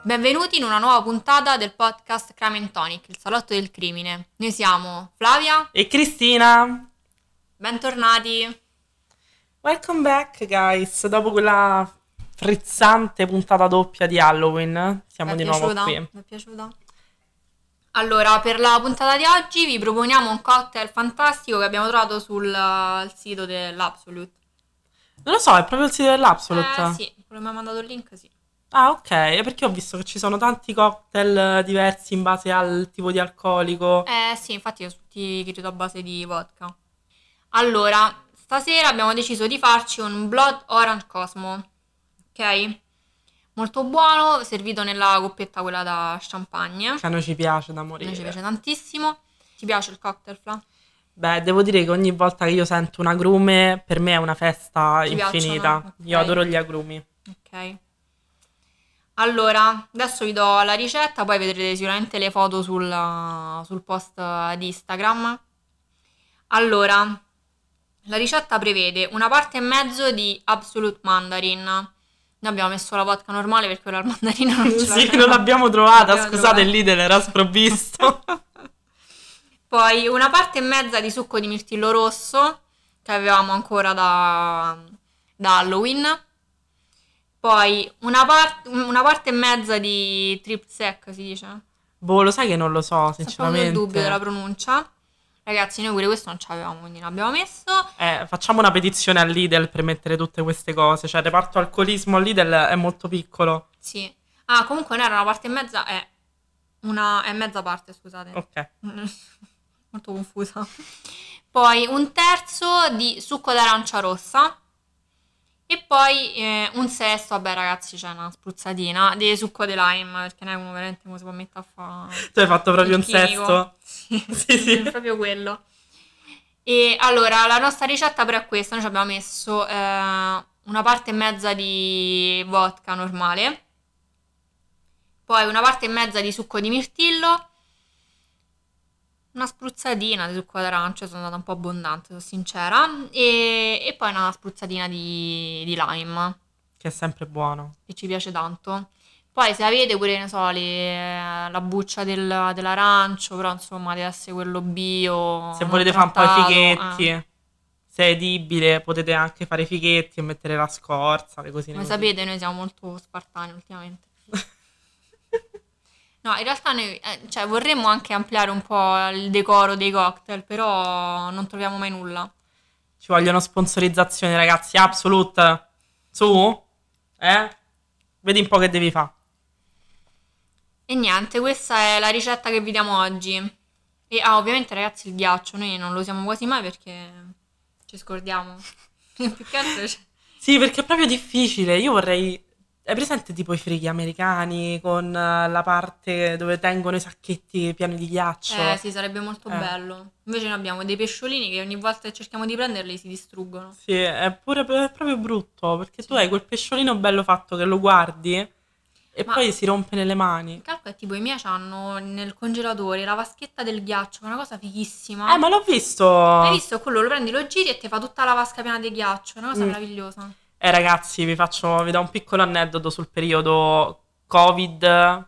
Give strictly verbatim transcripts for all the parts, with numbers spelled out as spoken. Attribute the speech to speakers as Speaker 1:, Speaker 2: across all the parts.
Speaker 1: Benvenuti in una nuova puntata del podcast Crime and Tonic, il salotto del crimine. Noi siamo Flavia
Speaker 2: E Cristina,
Speaker 1: bentornati.
Speaker 2: welcome back guys. Dopo quella frizzante puntata doppia di Halloween,
Speaker 1: Vi
Speaker 2: siamo
Speaker 1: è
Speaker 2: di nuovo
Speaker 1: piaciuta?
Speaker 2: qui.
Speaker 1: Vi è piaciuta? Allora, per la puntata di oggi vi proponiamo un cocktail fantastico che abbiamo trovato sul eh, sito dell'Absolute.
Speaker 2: Non lo so, è proprio il sito
Speaker 1: Eh
Speaker 2: dell'Absolute.
Speaker 1: sì, quello mi ha mandato il link, sì.
Speaker 2: Ah, ok, è perché ho visto che ci sono tanti cocktail diversi in base al tipo di alcolico.
Speaker 1: Eh sì, infatti io tutti credo a base di vodka. Allora, stasera abbiamo deciso di farci un Blood Orange Cosmo, ok? Molto buono, servito nella coppietta quella da champagne.
Speaker 2: Che a noi ci piace da
Speaker 1: A noi ci piace
Speaker 2: morire.
Speaker 1: tantissimo. Ti piace il cocktail, Fla?
Speaker 2: Beh, devo dire che ogni volta che io sento un agrume, per me è una festa
Speaker 1: Ti piacciono?
Speaker 2: infinita. Io
Speaker 1: Ok,
Speaker 2: adoro gli agrumi.
Speaker 1: ok. Allora, adesso vi do la ricetta, poi vedrete sicuramente le foto sul, sul post di Instagram. Allora, la ricetta prevede una parte e mezzo di Absolute Mandarin. Noi abbiamo messo la vodka normale perché quella al mandarino non ce
Speaker 2: Sì, non
Speaker 1: l'avevamo.
Speaker 2: l'abbiamo
Speaker 1: Non
Speaker 2: trovata,
Speaker 1: l'abbiamo
Speaker 2: scusate, il
Speaker 1: trovata.
Speaker 2: Lidl era sprovvisto.
Speaker 1: Poi una parte e mezza di succo di mirtillo rosso, che avevamo ancora da, da Halloween. Poi una, part- una parte e mezza di Tripsec, si dice.
Speaker 2: Boh, lo sai che non lo so,
Speaker 1: C'è proprio il dubbio della
Speaker 2: sinceramente.
Speaker 1: pronuncia. Ragazzi, noi pure questo non ce l'avevamo, quindi l'abbiamo messo.
Speaker 2: Eh, facciamo una petizione al Lidl per mettere tutte queste cose. Cioè, il reparto alcolismo al Lidl è molto piccolo.
Speaker 1: Sì. Ah, comunque non era una parte e mezza, è una... è mezza parte, scusate.
Speaker 2: Ok.
Speaker 1: Molto confusa. Poi un terzo di succo d'arancia rossa. E poi eh, un sesto, vabbè ragazzi, c'è una spruzzatina di succo di lime, perché non è uno veramente come si può mettere a fare
Speaker 2: Tu hai fatto proprio
Speaker 1: il
Speaker 2: un
Speaker 1: chimico.
Speaker 2: sesto?
Speaker 1: Sì,
Speaker 2: Sì, sì.
Speaker 1: proprio quello. E allora, la nostra ricetta però è questa, noi ci abbiamo messo eh, una parte e mezza di vodka normale, poi una parte e mezza di succo di mirtillo, una spruzzatina di succo d'arancia, sono andata un po' abbondante, sono sincera, e, e poi una spruzzatina di, di lime,
Speaker 2: Che è sempre buono.
Speaker 1: che ci piace tanto. Poi se avete pure, ne so, le- la buccia del- dell'arancio, però insomma deve essere quello bio,
Speaker 2: Se
Speaker 1: non
Speaker 2: volete fare un po' i
Speaker 1: trattato. eh.
Speaker 2: fighetti, se è edibile, potete anche fare i fighetti e mettere la scorza, le cosine
Speaker 1: Come
Speaker 2: così.
Speaker 1: sapete noi siamo molto spartani ultimamente. No, in realtà noi eh, cioè, vorremmo anche ampliare un po' il decoro dei cocktail, però non troviamo mai nulla.
Speaker 2: Ci vogliono sponsorizzazioni, ragazzi. Absolute. Su? Eh? Vedi un po' che devi fare.
Speaker 1: E niente, questa è la ricetta che vi diamo oggi. E ah, ovviamente ragazzi il ghiaccio, noi non lo usiamo quasi mai perché ci scordiamo. Più che altro c'è-
Speaker 2: Sì, perché è proprio difficile. Io vorrei. Hai presente tipo i frighi americani con eh, la parte dove tengono i sacchetti pieni di
Speaker 1: Eh
Speaker 2: ghiaccio?
Speaker 1: sì, sarebbe molto
Speaker 2: Eh,
Speaker 1: bello. Invece noi abbiamo dei pesciolini che ogni volta che cerchiamo di prenderli si distruggono.
Speaker 2: sì, è pure è proprio brutto perché tu
Speaker 1: Sì.
Speaker 2: hai quel pesciolino bello fatto che lo guardi e
Speaker 1: Ma
Speaker 2: poi si rompe nelle mani.
Speaker 1: il calcolo è tipo i miei hanno nel congelatore la vaschetta del ghiaccio, che è una cosa
Speaker 2: Eh,
Speaker 1: fighissima.
Speaker 2: ma l'ho
Speaker 1: Hai
Speaker 2: visto.
Speaker 1: visto? Quello lo prendi, lo giri e ti fa tutta la vasca piena di ghiaccio. È una cosa
Speaker 2: Mm.
Speaker 1: meravigliosa.
Speaker 2: Eh, ragazzi, vi faccio, vi do un piccolo aneddoto sul periodo Covid.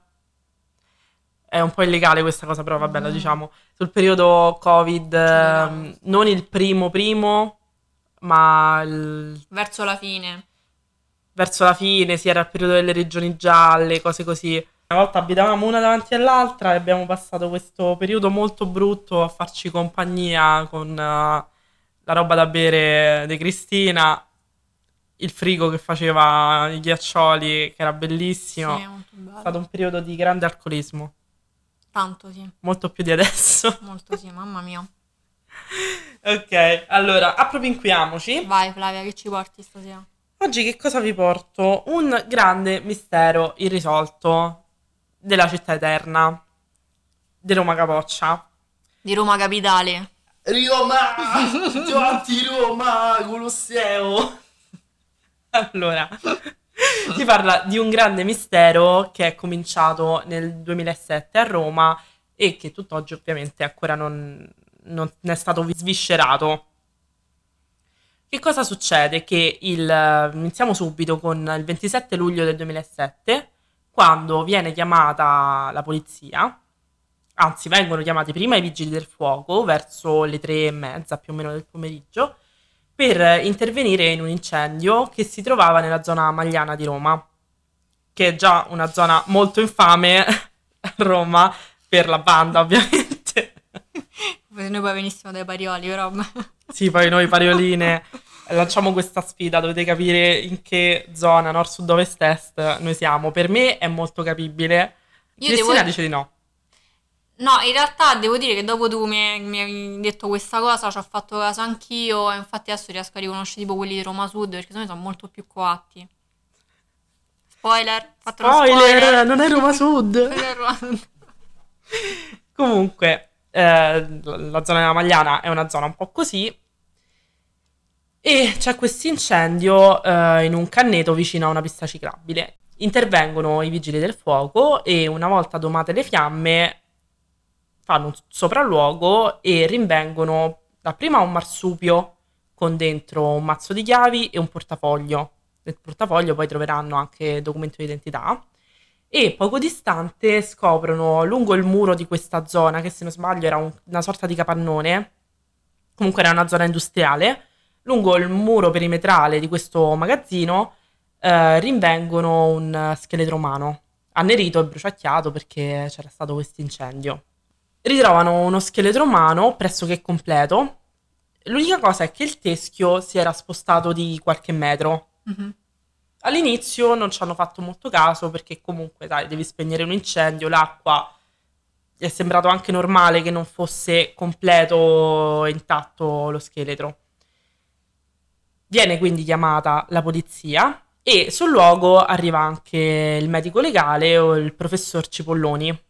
Speaker 2: È un po' illegale questa cosa, però vabbè, lo
Speaker 1: Mm,
Speaker 2: diciamo. Sul periodo Covid,
Speaker 1: ci tenevo.
Speaker 2: ehm, non il primo primo, ma il-
Speaker 1: Verso la fine.
Speaker 2: verso la fine, si era il periodo delle regioni gialle, cose così. Una volta abitavamo una davanti all'altra e abbiamo passato questo periodo molto brutto a farci compagnia con eh, la roba da bere di Cristina, il frigo che faceva i ghiaccioli, che era
Speaker 1: Sì,
Speaker 2: bellissimo.
Speaker 1: è molto
Speaker 2: È stato
Speaker 1: bello.
Speaker 2: un periodo di grande alcolismo,
Speaker 1: Tanto sì.
Speaker 2: molto più di adesso.
Speaker 1: Molto sì, mamma mia.
Speaker 2: Ok, allora, appropinquiamoci.
Speaker 1: Vai Flavia, che ci porti stasera?
Speaker 2: Oggi che cosa vi porto? Un grande mistero irrisolto della città eterna, di Roma Capoccia.
Speaker 1: Di Roma Capitale.
Speaker 2: Roma! Giovanti Roma! Colosseo! Allora, si parla di un grande mistero che è cominciato nel duemilasette a Roma e che tutt'oggi ovviamente ancora non, non è stato sviscerato. Che cosa succede? Che il, iniziamo subito con il ventisette luglio del duemilasette, quando viene chiamata la polizia, anzi vengono chiamati prima i vigili del fuoco verso le tre e mezza più o meno del pomeriggio per intervenire in un incendio che si trovava nella zona Magliana di Roma, che è già una zona molto infame a Roma per la banda, ovviamente.
Speaker 1: Noi poi venissimo dai Parioli, però...
Speaker 2: Sì, poi noi Parioline lanciamo questa sfida, dovete capire in che zona, nord, sud, ovest, est noi siamo. Per me è molto capibile.
Speaker 1: Io
Speaker 2: Cristina
Speaker 1: devo-
Speaker 2: dice di no.
Speaker 1: No, in realtà devo dire che dopo tu mi, mi hai detto questa cosa, ci ho fatto caso anch'io, e infatti adesso riesco a riconoscere tipo quelli di Roma Sud, perché secondo me sono molto più coatti. Spoiler, fatto uno
Speaker 2: Spoiler,
Speaker 1: spoiler.
Speaker 2: non è Roma Sud.
Speaker 1: Non è Roma Sud.
Speaker 2: Comunque, eh, la zona della Magliana è una zona un po' così. E c'è questo incendio eh, in un canneto vicino a una pista ciclabile. Intervengono i vigili del fuoco e una volta domate le fiamme fanno un sopralluogo e rinvengono dapprima un marsupio con dentro un mazzo di chiavi e un portafoglio. Nel portafoglio poi troveranno anche documento di identità. E poco distante scoprono lungo il muro di questa zona, che se non sbaglio era un- una sorta di capannone, comunque era una zona industriale, lungo il muro perimetrale di questo magazzino eh, rinvengono un eh, scheletro umano, annerito e bruciacchiato perché c'era stato questo incendio. Ritrovano uno scheletro umano pressoché completo. L'unica cosa è che il teschio si era spostato di qualche metro.
Speaker 1: Mhm.
Speaker 2: All'inizio non ci hanno fatto molto caso perché comunque, dai, devi spegnere un incendio, l'acqua gli è sembrato anche normale che non fosse completo e intatto lo scheletro. Viene quindi chiamata la polizia e sul luogo arriva anche il medico legale o il professor Cipolloni.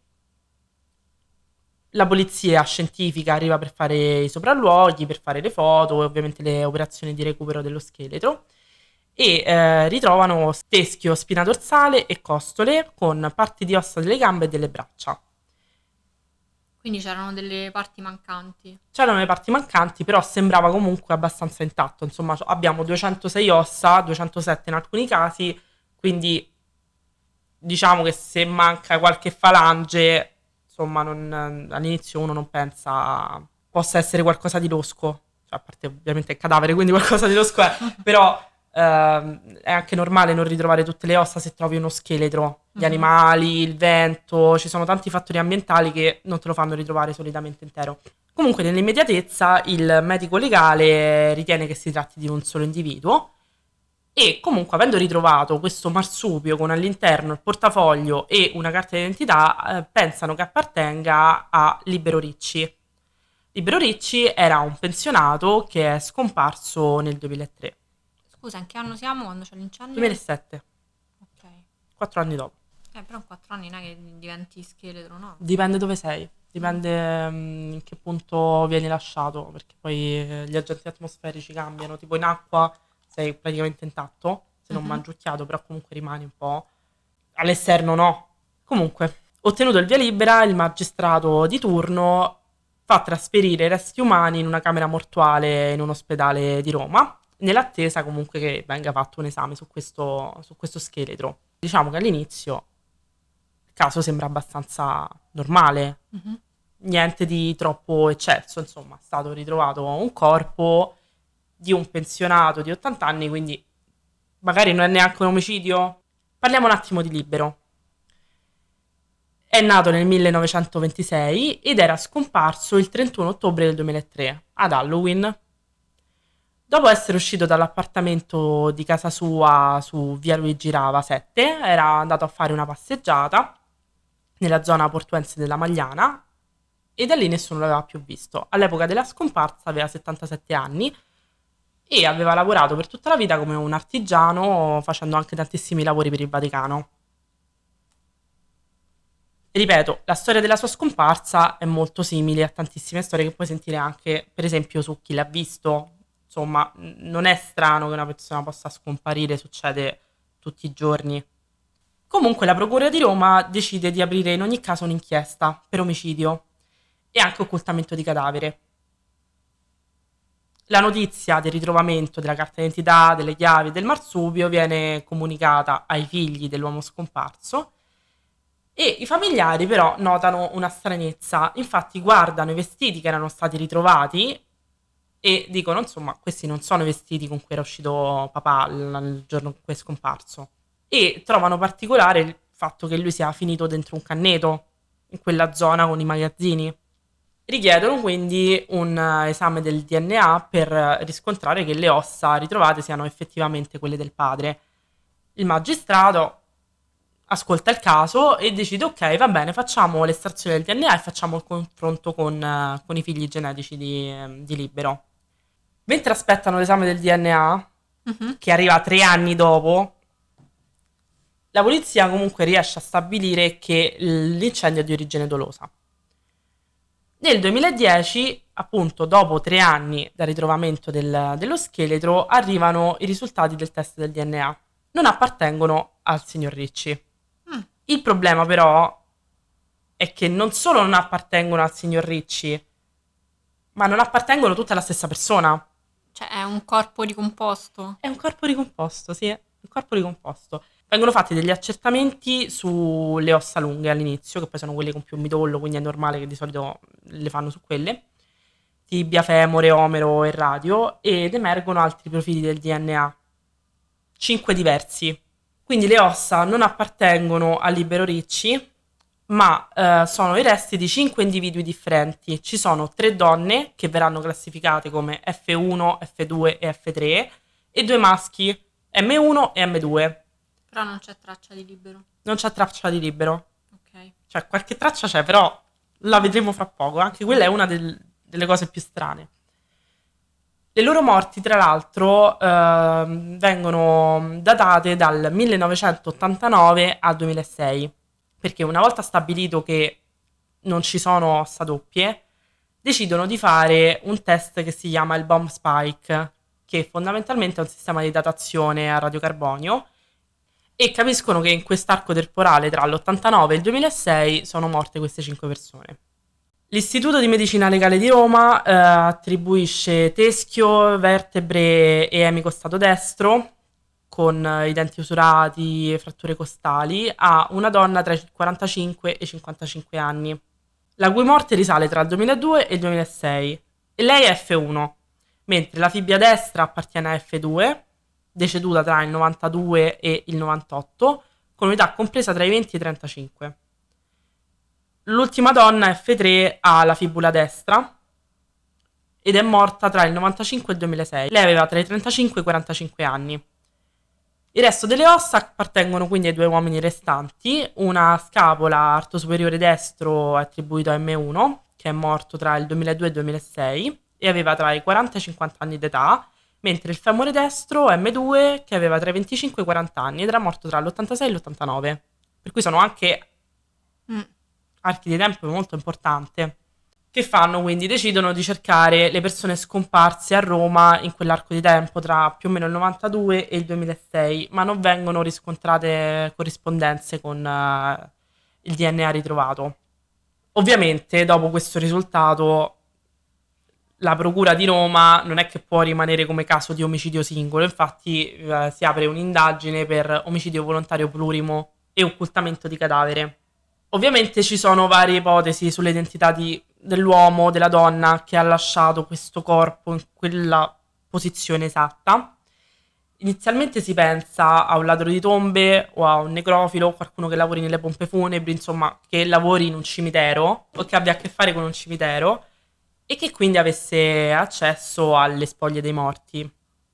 Speaker 2: La polizia scientifica arriva per fare i sopralluoghi, per fare le foto e ovviamente le operazioni di recupero dello scheletro e eh, ritrovano teschio, spina dorsale e costole con parti di ossa delle gambe e delle braccia.
Speaker 1: Quindi c'erano delle parti mancanti.
Speaker 2: C'erano le parti mancanti, però sembrava comunque abbastanza intatto. Insomma, abbiamo duecentosei ossa, duecentosette in alcuni casi, quindi diciamo che se manca qualche falange, insomma, non- all'inizio uno non pensa possa essere qualcosa di losco. Cioè, a parte ovviamente il cadavere, quindi qualcosa di losco è, però ehm, è anche normale non ritrovare tutte le ossa se trovi uno scheletro. Gli
Speaker 1: Mhm.
Speaker 2: animali, il vento, ci sono tanti fattori ambientali che non te lo fanno ritrovare solitamente intero. Comunque, nell'immediatezza, il medico legale ritiene che si tratti di un solo individuo e comunque, avendo ritrovato questo marsupio con all'interno il portafoglio e una carta d'identità, eh, pensano che appartenga a Libero Ricci. Libero Ricci era un pensionato che è scomparso nel duemilatré.
Speaker 1: Scusa, in che anno siamo quando c'è l'incendio?
Speaker 2: duemilasette,
Speaker 1: Ok.
Speaker 2: quattro anni dopo.
Speaker 1: Eh, però in quattro anni non è che diventi scheletro, no?
Speaker 2: Dipende dove sei, dipende mm, in che punto vieni lasciato, perché poi eh, gli agenti atmosferici cambiano, tipo in acqua sei praticamente intatto, se non
Speaker 1: Mhm.
Speaker 2: mangiucchiato, però comunque rimani un po'. All'esterno no. Comunque, ottenuto il via libera, il magistrato di turno fa trasferire i resti umani in una camera mortuale in un ospedale di Roma, nell'attesa comunque che venga fatto un esame su questo, su questo scheletro. Diciamo che all'inizio il caso sembra abbastanza normale,
Speaker 1: Mhm.
Speaker 2: niente di troppo eccesso, insomma, è stato ritrovato un corpo di un pensionato di ottanta anni, quindi magari non è neanche un omicidio. Parliamo un attimo di Libero. È nato nel millenovecentoventisei ed era scomparso il trentuno ottobre del duemilatré, ad Halloween. Dopo essere uscito dall'appartamento di casa sua su via Luigi Rava sette, era andato a fare una passeggiata nella zona portuense della Magliana e da lì nessuno l'aveva più visto. All'epoca della scomparsa aveva settantasette anni e aveva lavorato per tutta la vita come un artigiano, facendo anche tantissimi lavori per il Vaticano. Ripeto, la storia della sua scomparsa è molto simile a tantissime storie che puoi sentire anche, per esempio, su chi l'ha visto. Insomma, n- non è strano che una persona possa scomparire, succede tutti i giorni. Comunque, la Procura di Roma decide di aprire in ogni caso un'inchiesta per omicidio e anche occultamento di cadavere. La notizia del ritrovamento della carta d'identità, delle chiavi e del marsupio viene comunicata ai figli dell'uomo scomparso E i familiari però notano una stranezza, infatti guardano i vestiti che erano stati ritrovati e dicono, insomma, questi non sono i vestiti con cui era uscito papà il, il giorno in cui è scomparso. E trovano particolare il fatto che lui sia finito dentro un canneto, in quella zona con i magazzini. Richiedono quindi un eh, esame del D N A per eh, riscontrare che le ossa ritrovate siano effettivamente quelle del padre. Il magistrato ascolta il caso e decide, ok, va bene, facciamo l'estrazione del D N A e facciamo il confronto con, eh, con i figli genetici di, eh, di Libero. Mentre aspettano l'esame del D N A,
Speaker 1: Mhm.
Speaker 2: che arriva tre anni dopo, la polizia comunque riesce a stabilire che l'incendio è di origine dolosa. Nel duemiladieci, appunto dopo tre anni dal ritrovamento del- dello scheletro, arrivano i risultati del test del D N A. Non appartengono al signor Ricci.
Speaker 1: Mm.
Speaker 2: Il problema però è che non solo non appartengono al signor Ricci, ma non appartengono tutte alla stessa persona.
Speaker 1: Cioè, è un corpo ricomposto.
Speaker 2: È un corpo ricomposto, sì, è un corpo ricomposto. Vengono fatti degli accertamenti sulle ossa lunghe all'inizio, che poi sono quelle con più midollo, quindi è normale che di solito le fanno su quelle. Tibia, femore, omero e radio, ed emergono altri profili del D N A. Cinque diversi. Quindi le ossa non appartengono a Libero Ricci, ma eh, sono i resti di cinque individui differenti. Ci sono tre donne che verranno classificate come F uno, F due e F tre e due maschi, M uno e M due.
Speaker 1: Però non c'è traccia di Libero.
Speaker 2: Non c'è traccia di Libero.
Speaker 1: Ok.
Speaker 2: Cioè, qualche traccia c'è, però la vedremo fra poco. Anche quella è una del- delle cose più strane. Le loro morti, tra l'altro, ehm, vengono datate dal millenovecentottantanove al duemilasei, perché una volta stabilito che non ci sono ossa doppie, decidono di fare un test che si chiama il bomb spike, che fondamentalmente è un sistema di datazione a radiocarbonio, e capiscono che in quest'arco temporale tra l'ottantanove e il duemilasei sono morte queste cinque persone. L'Istituto di Medicina Legale di Roma eh, attribuisce teschio, vertebre e emicostato destro, con eh, i denti usurati e fratture costali, a una donna tra i quarantacinque e i cinquantacinque anni, la cui morte risale tra il duemiladue e il duemilasei. E lei è F uno, mentre la fibia destra appartiene a F due, deceduta tra il novantadue e il novantotto, con un'età compresa tra i venti e i trentacinque. L'ultima donna, F tre, ha la fibula destra ed è morta tra il novantacinque e il duemilasei. Lei aveva tra i trentacinque e i quarantacinque anni. Il resto delle ossa appartengono quindi ai due uomini restanti. Una scapola arto superiore destro è attribuito a M uno, che è morto tra il duemiladue e il duemilasei e aveva tra i quaranta e i cinquanta anni d'età, mentre il femore destro M due, che aveva tra i venticinque e i quaranta anni ed era morto tra l'ottantasei e l'ottantanove. Per cui sono anche
Speaker 1: Mm.
Speaker 2: archi di tempo molto importante. Che fanno quindi? Decidono di cercare le persone scomparse a Roma in quell'arco di tempo tra più o meno il novantadue e il duemilasei, ma non vengono riscontrate corrispondenze con eh, il D N A ritrovato. Ovviamente, dopo questo risultato, la Procura di Roma non è che può rimanere come caso di omicidio singolo, infatti eh, si apre un'indagine per omicidio volontario plurimo e occultamento di cadavere. Ovviamente ci sono varie ipotesi sull'identità di- dell'uomo, della donna che ha lasciato questo corpo in quella posizione esatta. Inizialmente si pensa a un ladro di tombe o a un necrofilo, qualcuno che lavori nelle pompe funebri, insomma, che lavori in un cimitero o che abbia a che fare con un cimitero e che quindi avesse accesso alle spoglie dei morti.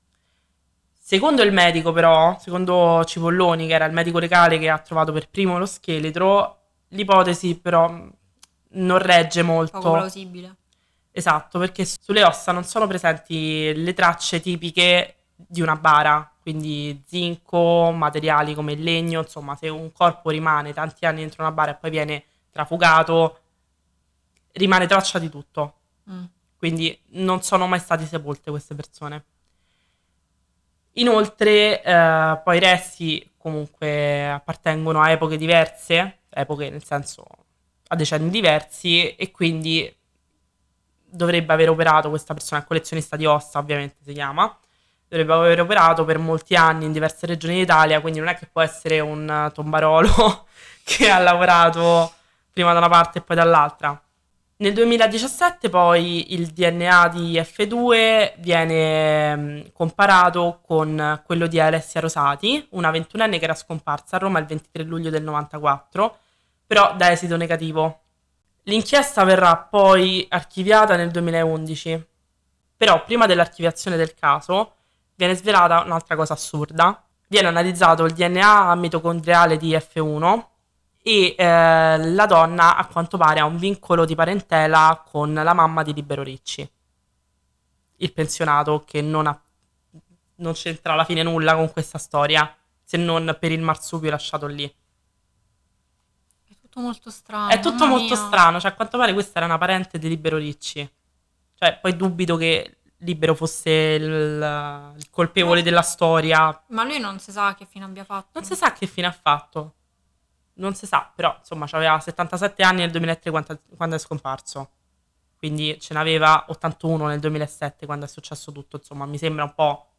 Speaker 2: Secondo il medico, però, secondo Cipolloni, che era il medico legale che ha trovato per primo lo scheletro, l'ipotesi però mh, non regge
Speaker 1: Poco
Speaker 2: molto.
Speaker 1: plausibile.
Speaker 2: Esatto, perché sulle ossa non sono presenti le tracce tipiche di una bara, quindi zinco, materiali come il legno, insomma, se un corpo rimane tanti anni dentro una bara e poi viene trafugato, rimane traccia di tutto.
Speaker 1: Mm.
Speaker 2: Quindi non sono mai state sepolte queste persone. Inoltre, eh, poi i resti comunque appartengono a epoche diverse, epoche nel senso a decenni diversi, e quindi dovrebbe aver operato questa persona, il collezionista di ossa ovviamente si chiama, dovrebbe aver operato per molti anni in diverse regioni d'Italia, quindi non è che può essere un tombarolo che ha lavorato prima da una parte e poi dall'altra. Nel duemiladiciassette poi il D N A di F due viene mh, comparato con quello di Alessia Rosati, una ventunenne che era scomparsa a Roma il ventitré luglio del novantaquattro, però da esito negativo. L'inchiesta verrà poi archiviata nel duemilaundici, però prima dell'archiviazione del caso viene svelata un'altra cosa assurda. Viene analizzato il D N A mitocondriale di F uno e eh, la donna a quanto pare ha un vincolo di parentela con la mamma di Libero Ricci, il pensionato che non, ha, non c'entra alla fine nulla con questa storia, se non per il marsupio lasciato lì.
Speaker 1: È tutto molto strano.
Speaker 2: È tutto
Speaker 1: mamma
Speaker 2: molto
Speaker 1: mia.
Speaker 2: strano, cioè a quanto pare questa era una parente di Libero Ricci. Cioè, poi dubito che Libero fosse il, il colpevole
Speaker 1: Ma,
Speaker 2: della storia.
Speaker 1: ma lui non si sa che fine abbia
Speaker 2: Non
Speaker 1: fatto.
Speaker 2: si sa che fine ha fatto. Non si sa, però insomma aveva settantasette anni nel duemilatré quando, quando è scomparso. Quindi ce n'aveva ottantuno nel duemilasette quando è successo tutto. Insomma, mi sembra un po',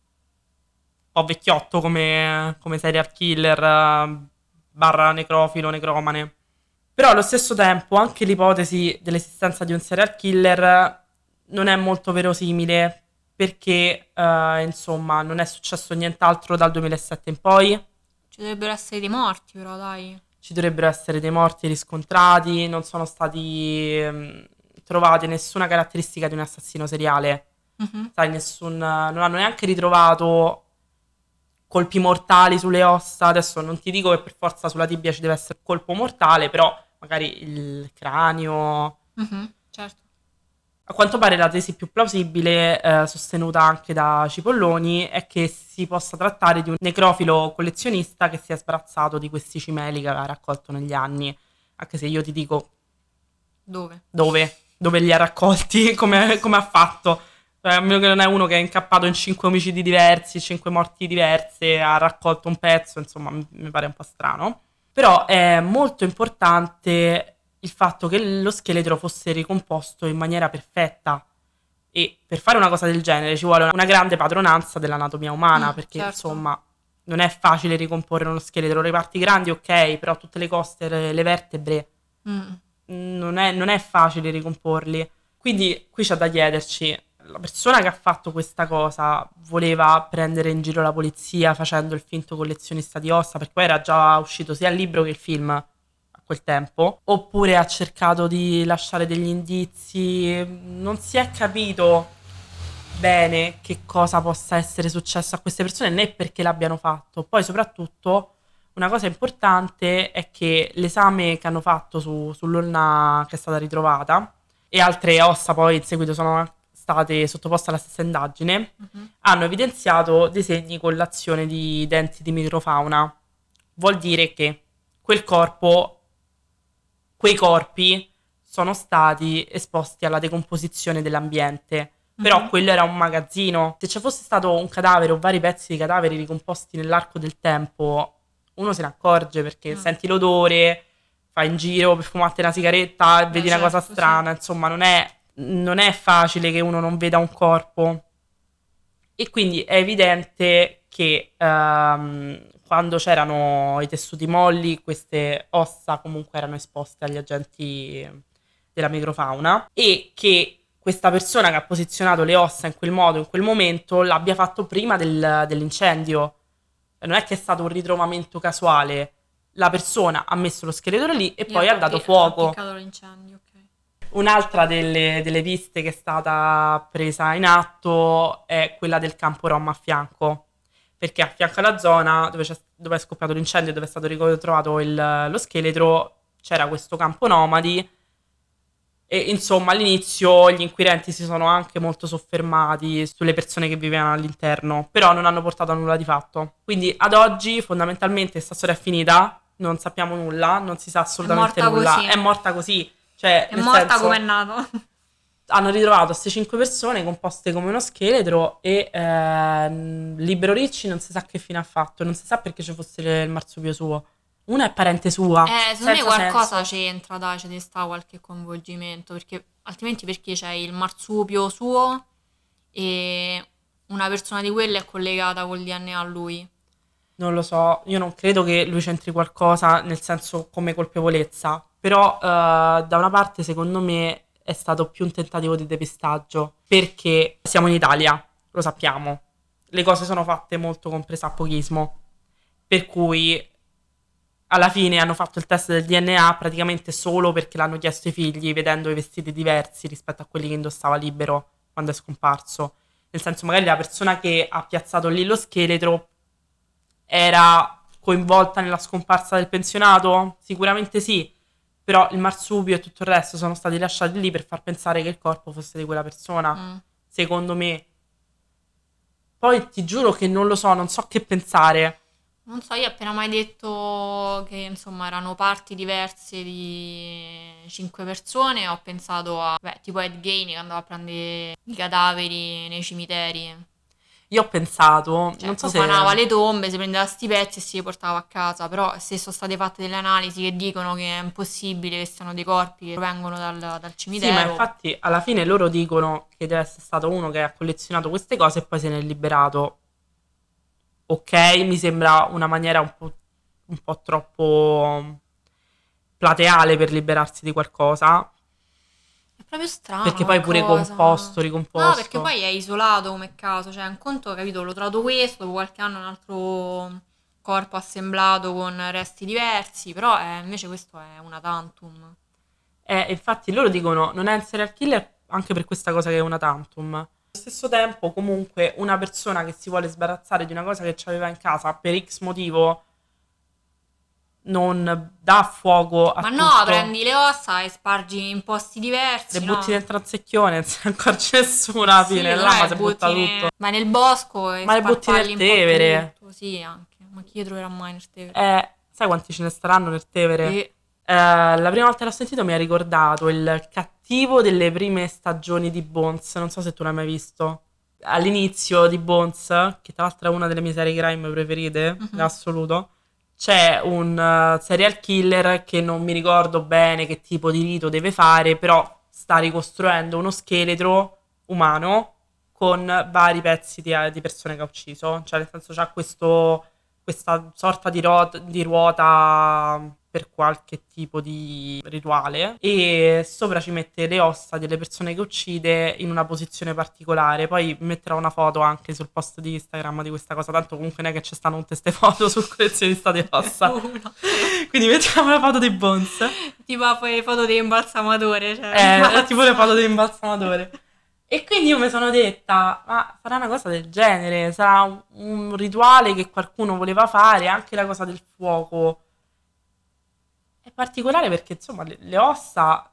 Speaker 2: un po' vecchiotto come, come serial killer eh, barra necrofilo, necromane. Però allo stesso tempo anche l'ipotesi dell'esistenza di un serial killer non è molto verosimile perché eh, insomma non è successo nient'altro dal duemilasette in poi.
Speaker 1: Ci dovrebbero essere dei morti, però, dai.
Speaker 2: Ci dovrebbero essere dei morti riscontrati, non sono stati ehm, trovate nessuna caratteristica di un assassino seriale.
Speaker 1: Mhm.
Speaker 2: Sai, nessun, non hanno neanche ritrovato colpi mortali sulle ossa. Adesso non ti dico che per forza sulla tibia ci deve essere un colpo mortale, però magari il cranio.
Speaker 1: Mhm, certo.
Speaker 2: A quanto pare la tesi più plausibile, eh, sostenuta anche da Cipolloni, è che si possa trattare di un necrofilo collezionista che si è sbarazzato di questi cimeli che aveva raccolto negli anni. Anche se io ti dico
Speaker 1: Dove?
Speaker 2: dove, dove li ha raccolti, come, come ha fatto. Cioè, a meno che non è uno che è incappato in cinque omicidi diversi, cinque morti diverse, ha raccolto un pezzo, insomma, mi, mi pare un po' strano. Però è molto importante il fatto che lo scheletro fosse ricomposto in maniera perfetta. E per fare una cosa del genere ci vuole una grande padronanza dell'anatomia umana,
Speaker 1: Mm,
Speaker 2: perché
Speaker 1: certo.
Speaker 2: insomma non è facile ricomporre uno scheletro. Le parti grandi, ok, però tutte le coste, le, le vertebre,
Speaker 1: Mm.
Speaker 2: non è, non è facile ricomporli. Quindi qui c'è da chiederci, la persona che ha fatto questa cosa voleva prendere in giro la polizia facendo il finto collezionista di ossa, perché poi era già uscito sia il libro che il film a quel tempo, oppure ha cercato di lasciare degli indizi, non si è capito bene che cosa possa essere successo a queste persone né perché l'abbiano fatto. Poi soprattutto una cosa importante è che l'esame che hanno fatto su, sull'urna che è stata ritrovata e altre ossa poi in seguito sono state sottoposte alla stessa indagine,
Speaker 1: Mhm.
Speaker 2: hanno evidenziato dei segni con l'azione di denti di microfauna. Vuol dire che quel corpo, quei corpi sono stati esposti alla decomposizione dell'ambiente. Però
Speaker 1: Mhm.
Speaker 2: quello era un magazzino. Se ci fosse stato un cadavere o vari pezzi di cadaveri ricomposti nell'arco del tempo, uno se ne accorge perché
Speaker 1: Mm.
Speaker 2: senti l'odore, fai in giro per fumarti una sigaretta e
Speaker 1: Beh,
Speaker 2: vedi una cosa
Speaker 1: certo, sì.
Speaker 2: strana. Insomma, non è, non è facile che uno non veda un corpo. E quindi è evidente che ehm, quando c'erano i tessuti molli, queste ossa comunque erano esposte agli agenti della microfauna e che questa persona che ha posizionato le ossa in quel modo, in quel momento, l'abbia fatto prima del- dell'incendio. Non è che è stato un ritrovamento casuale. La persona ha messo lo scheletro lì e
Speaker 1: Io
Speaker 2: poi ha
Speaker 1: ho
Speaker 2: dato
Speaker 1: appi- ha
Speaker 2: fuoco.
Speaker 1: appiccato l'incendio, ok.
Speaker 2: Un'altra delle, delle piste che è stata presa in atto è quella del campo Rom a fianco, perché a fianco alla zona dove, c'è- dove è scoppiato l'incendio e dove è stato ritrovato il- lo scheletro c'era questo campo nomadi e insomma all'inizio gli inquirenti si sono anche molto soffermati sulle persone che vivevano all'interno, però non hanno portato a nulla di fatto. Quindi ad oggi fondamentalmente questa storia è finita, non sappiamo nulla, non si sa
Speaker 1: È
Speaker 2: assolutamente
Speaker 1: morta
Speaker 2: nulla,
Speaker 1: così.
Speaker 2: è morta così. Cioè,
Speaker 1: È
Speaker 2: nel
Speaker 1: morta come è
Speaker 2: senso,
Speaker 1: nato.
Speaker 2: hanno ritrovato queste cinque persone composte come uno scheletro e ehm, Libero Ricci non si sa che fine ha fatto, non si sa perché ci fosse il marsupio suo. Una è parente sua,
Speaker 1: Eh, secondo me
Speaker 2: senza
Speaker 1: qualcosa
Speaker 2: senso.
Speaker 1: c'entra, dai, ce ne sta qualche coinvolgimento, perché altrimenti perché c'è il marsupio suo e una persona di quelle è collegata col D N A a lui.
Speaker 2: Non lo so, io non credo che lui c'entri qualcosa nel senso come colpevolezza, però eh, da una parte secondo me è stato più un tentativo di depistaggio, perché siamo in Italia, lo sappiamo, le cose sono fatte molto con pressappochismo, per cui alla fine hanno fatto il test del D N A praticamente solo perché l'hanno chiesto i figli, vedendo i vestiti diversi rispetto a quelli che indossava Libero quando è scomparso. Nel senso, magari la persona che ha piazzato lì lo scheletro era coinvolta nella scomparsa del pensionato? Sicuramente sì, però il marsupio e tutto il resto sono stati lasciati lì per far pensare che il corpo fosse di quella persona,
Speaker 1: Mm.
Speaker 2: secondo me. Poi ti giuro che non lo so, non so che pensare.
Speaker 1: Non so, io ho appena mai detto che insomma erano parti diverse di cinque persone, ho pensato a, beh, tipo Ed Gein che andava a prendere i cadaveri nei cimiteri,
Speaker 2: Io ho pensato,
Speaker 1: cioè
Speaker 2: non so
Speaker 1: profanava
Speaker 2: se...
Speaker 1: le tombe, si prendeva sti pezzi e si li portava a casa, però se sono state fatte delle analisi che dicono che è impossibile che siano dei corpi che provengono dal, dal
Speaker 2: Sì, ma
Speaker 1: cimitero,
Speaker 2: infatti alla fine loro dicono che deve essere stato uno che ha collezionato queste cose e poi se ne è liberato. Ok, mi sembra una maniera un po', un po' troppo plateale per liberarsi di qualcosa,
Speaker 1: è proprio strana
Speaker 2: perché
Speaker 1: come
Speaker 2: poi pure
Speaker 1: cosa.
Speaker 2: composto,
Speaker 1: No, perché
Speaker 2: ricomposto.
Speaker 1: poi è isolato come caso, cioè un conto, capito, l'ho trovato questo, dopo qualche anno un altro corpo assemblato con resti diversi, però eh, invece questo è una tantum.
Speaker 2: E infatti loro dicono non è un serial killer anche per questa cosa che è una tantum. Allo stesso tempo, comunque, una persona che si vuole sbarazzare di una cosa che aveva in casa per X motivo non dà fuoco a
Speaker 1: Ma no,
Speaker 2: tutto.
Speaker 1: prendi le ossa e spargi in posti
Speaker 2: Le
Speaker 1: diversi,
Speaker 2: butti
Speaker 1: no?
Speaker 2: nel transecchione, non se ne accorge
Speaker 1: Eh
Speaker 2: nessuno alla
Speaker 1: sì,
Speaker 2: fine,
Speaker 1: però
Speaker 2: là ma
Speaker 1: le
Speaker 2: si butta
Speaker 1: butti ne...
Speaker 2: tutto.
Speaker 1: vai nel bosco e
Speaker 2: Ma le butti
Speaker 1: sparpagli
Speaker 2: nel
Speaker 1: un po'
Speaker 2: Tevere.
Speaker 1: tutto. Sì, anche. Ma chi troverà mai nel Tevere?
Speaker 2: Eh, sai quanti ce ne staranno nel Tevere?
Speaker 1: E...
Speaker 2: Eh, la prima volta che l'ho sentito mi ha ricordato il cattivo delle prime stagioni di Bones. Non so se tu l'hai mai visto. All'inizio di Bones, che tra l'altro è una delle mie serie crime preferite, in
Speaker 1: Mhm.
Speaker 2: assoluto, c'è un eh, serial killer che non mi ricordo bene che tipo di rito deve fare, però sta ricostruendo uno scheletro umano con vari pezzi di, di persone che ha ucciso. Cioè, nel senso, c'ha questo questa sorta di, rot- di ruota per qualche tipo di rituale e sopra ci mette le ossa delle persone che uccide in una posizione particolare. Poi metterò una foto anche sul post di Instagram di questa cosa, tanto comunque non è che ci stanno tutte queste foto sul collezionista di ossa.
Speaker 1: Una.
Speaker 2: Quindi mettiamo la foto di Bones.
Speaker 1: Tipo poi le foto di imbalsamatore, cioè
Speaker 2: Eh, è tipo le
Speaker 1: ammazza.
Speaker 2: foto dell'imbalsamatore. E quindi io mi sono detta, ma sarà una cosa del genere, sarà un, un rituale che qualcuno voleva fare, anche la cosa del fuoco. È particolare perché, insomma, le, le ossa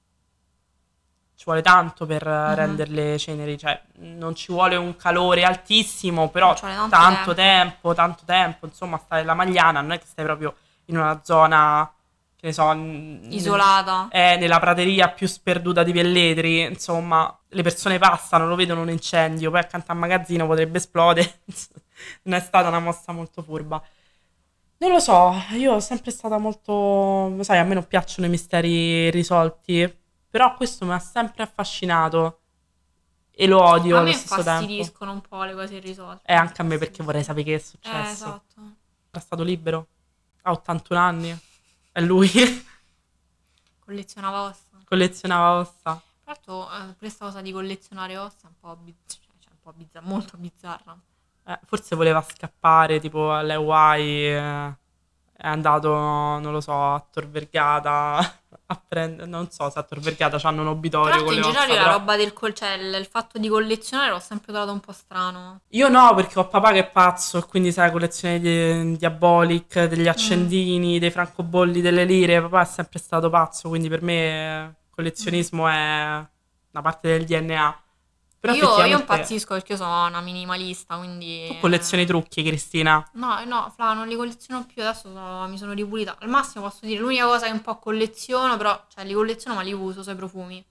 Speaker 2: ci vuole tanto per eh,
Speaker 1: Mhm.
Speaker 2: renderle ceneri, cioè non ci vuole un calore altissimo,
Speaker 1: Non
Speaker 2: però
Speaker 1: ci vuole tanto
Speaker 2: tanto
Speaker 1: tempo.
Speaker 2: tempo, tanto tempo, insomma, stare la Magliana, non è che stai proprio in una zona, che ne so, n- nel-
Speaker 1: Isolata.
Speaker 2: è nella prateria più sperduta di Velletri, insomma, le persone passano, lo vedono un incendio, poi accanto al magazzino potrebbe esplodere, non è stata una mossa molto furba. Non lo so, io sono sempre stata molto, sai, a me non piacciono i misteri risolti, però questo mi ha sempre affascinato e lo odio
Speaker 1: A
Speaker 2: allo
Speaker 1: me
Speaker 2: stesso tempo.
Speaker 1: infastidiscono un po' le cose
Speaker 2: E
Speaker 1: irrisolte, mi
Speaker 2: anche a me perché vorrei
Speaker 1: infastidiscono.
Speaker 2: sapere che è
Speaker 1: Eh,
Speaker 2: successo.
Speaker 1: esatto.
Speaker 2: Era stato libero? Ha ottantuno anni? È lui?
Speaker 1: Collezionava ossa.
Speaker 2: Collezionava ossa?
Speaker 1: Tra l'altro, eh, questa cosa di collezionare ossa è un po', biz- cioè, cioè, un po' bizzarra, molto bizzarra.
Speaker 2: Eh, forse voleva scappare tipo alle Hawaii, eh, è andato, non lo so, a Tor Vergata a prendere, non so se a Tor Vergata c'hanno un
Speaker 1: Tra
Speaker 2: obitorio con
Speaker 1: l'altro,
Speaker 2: le
Speaker 1: in generale,
Speaker 2: ossa,
Speaker 1: la
Speaker 2: però
Speaker 1: roba del col- cioè, il, il fatto di collezionare l'ho sempre trovato un po' strano.
Speaker 2: io no, perché ho papà che è pazzo e quindi sai, collezione di Diabolic, degli
Speaker 1: Mm,
Speaker 2: accendini, dei francobolli, delle lire, papà è sempre stato pazzo, quindi per me eh,
Speaker 1: mm.
Speaker 2: collezionismo è una parte del D N A. Però
Speaker 1: Io, io
Speaker 2: effettivamente
Speaker 1: impazzisco perché io sono una minimalista, quindi...
Speaker 2: tu collezioni i
Speaker 1: eh,
Speaker 2: trucchi, Cristina.
Speaker 1: no, no, Fra, non li colleziono più, adesso sono- mi sono ripulita. Al massimo posso dire l'unica cosa che un po' colleziono, però, cioè, li colleziono ma li uso, sono i profumi.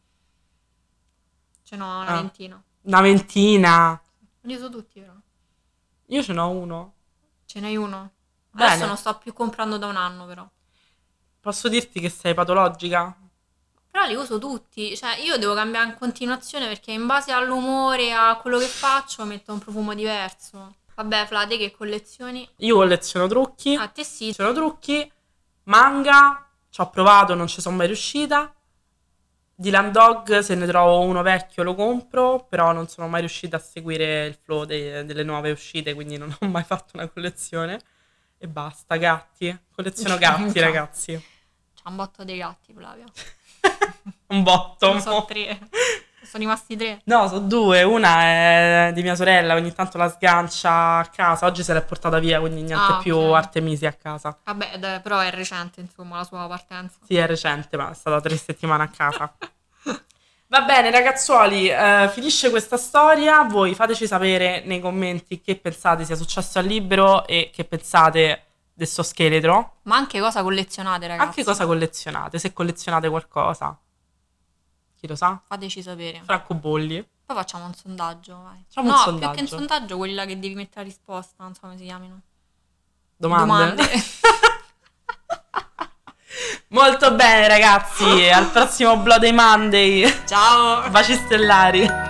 Speaker 1: Ce n'ho una
Speaker 2: Ah,
Speaker 1: ventina.
Speaker 2: una ventina.
Speaker 1: Li uso tutti, però.
Speaker 2: Io ce n'ho uno.
Speaker 1: Ce n'hai uno? Adesso non
Speaker 2: Bene,
Speaker 1: sto più comprando da un anno, però.
Speaker 2: posso dirti che sei patologica?
Speaker 1: Però li uso tutti, cioè io devo cambiare in continuazione perché in base all'umore, a quello che faccio, metto un profumo diverso. Vabbè, Fla, te che collezioni?
Speaker 2: Io colleziono trucchi,
Speaker 1: A te sì.
Speaker 2: colleziono trucchi, manga, ci ho provato, non ci sono mai riuscita. Dylan Dog, se ne trovo uno vecchio lo compro, però non sono mai riuscita a seguire il flow dei- delle nuove uscite, quindi non ho mai fatto una collezione. E basta, gatti. Colleziono gatti, ragazzi.
Speaker 1: C'ha un botto dei gatti, Flavia.
Speaker 2: Un botto.
Speaker 1: Ne so tre. Sono rimasti tre.
Speaker 2: No, sono due. Una è di mia sorella, ogni tanto la sgancia a casa. Oggi se l'è portata via, quindi niente
Speaker 1: Ah,
Speaker 2: più
Speaker 1: ok.
Speaker 2: Artemisia a casa.
Speaker 1: Vabbè, dai, però è recente, insomma, la sua partenza.
Speaker 2: Sì, è recente, ma è stata tre settimane a casa. Va bene, ragazzuoli, eh, finisce questa storia. Voi fateci sapere nei commenti che pensate sia successo al libro e che pensate del suo scheletro.
Speaker 1: Ma anche cosa collezionate, ragazzi?
Speaker 2: Anche cosa collezionate, se collezionate qualcosa. Chi lo sa?
Speaker 1: Fateci sapere.
Speaker 2: Franco Bolli.
Speaker 1: Poi facciamo un sondaggio, vai.
Speaker 2: Facciamo
Speaker 1: no,
Speaker 2: un
Speaker 1: più che un
Speaker 2: sondaggio.
Speaker 1: sondaggio, quelli là che devi mettere la risposta, non so come si chiamino.
Speaker 2: Domande. Molto bene, ragazzi. Al prossimo Bloody Monday.
Speaker 1: Ciao.
Speaker 2: Baci stellari.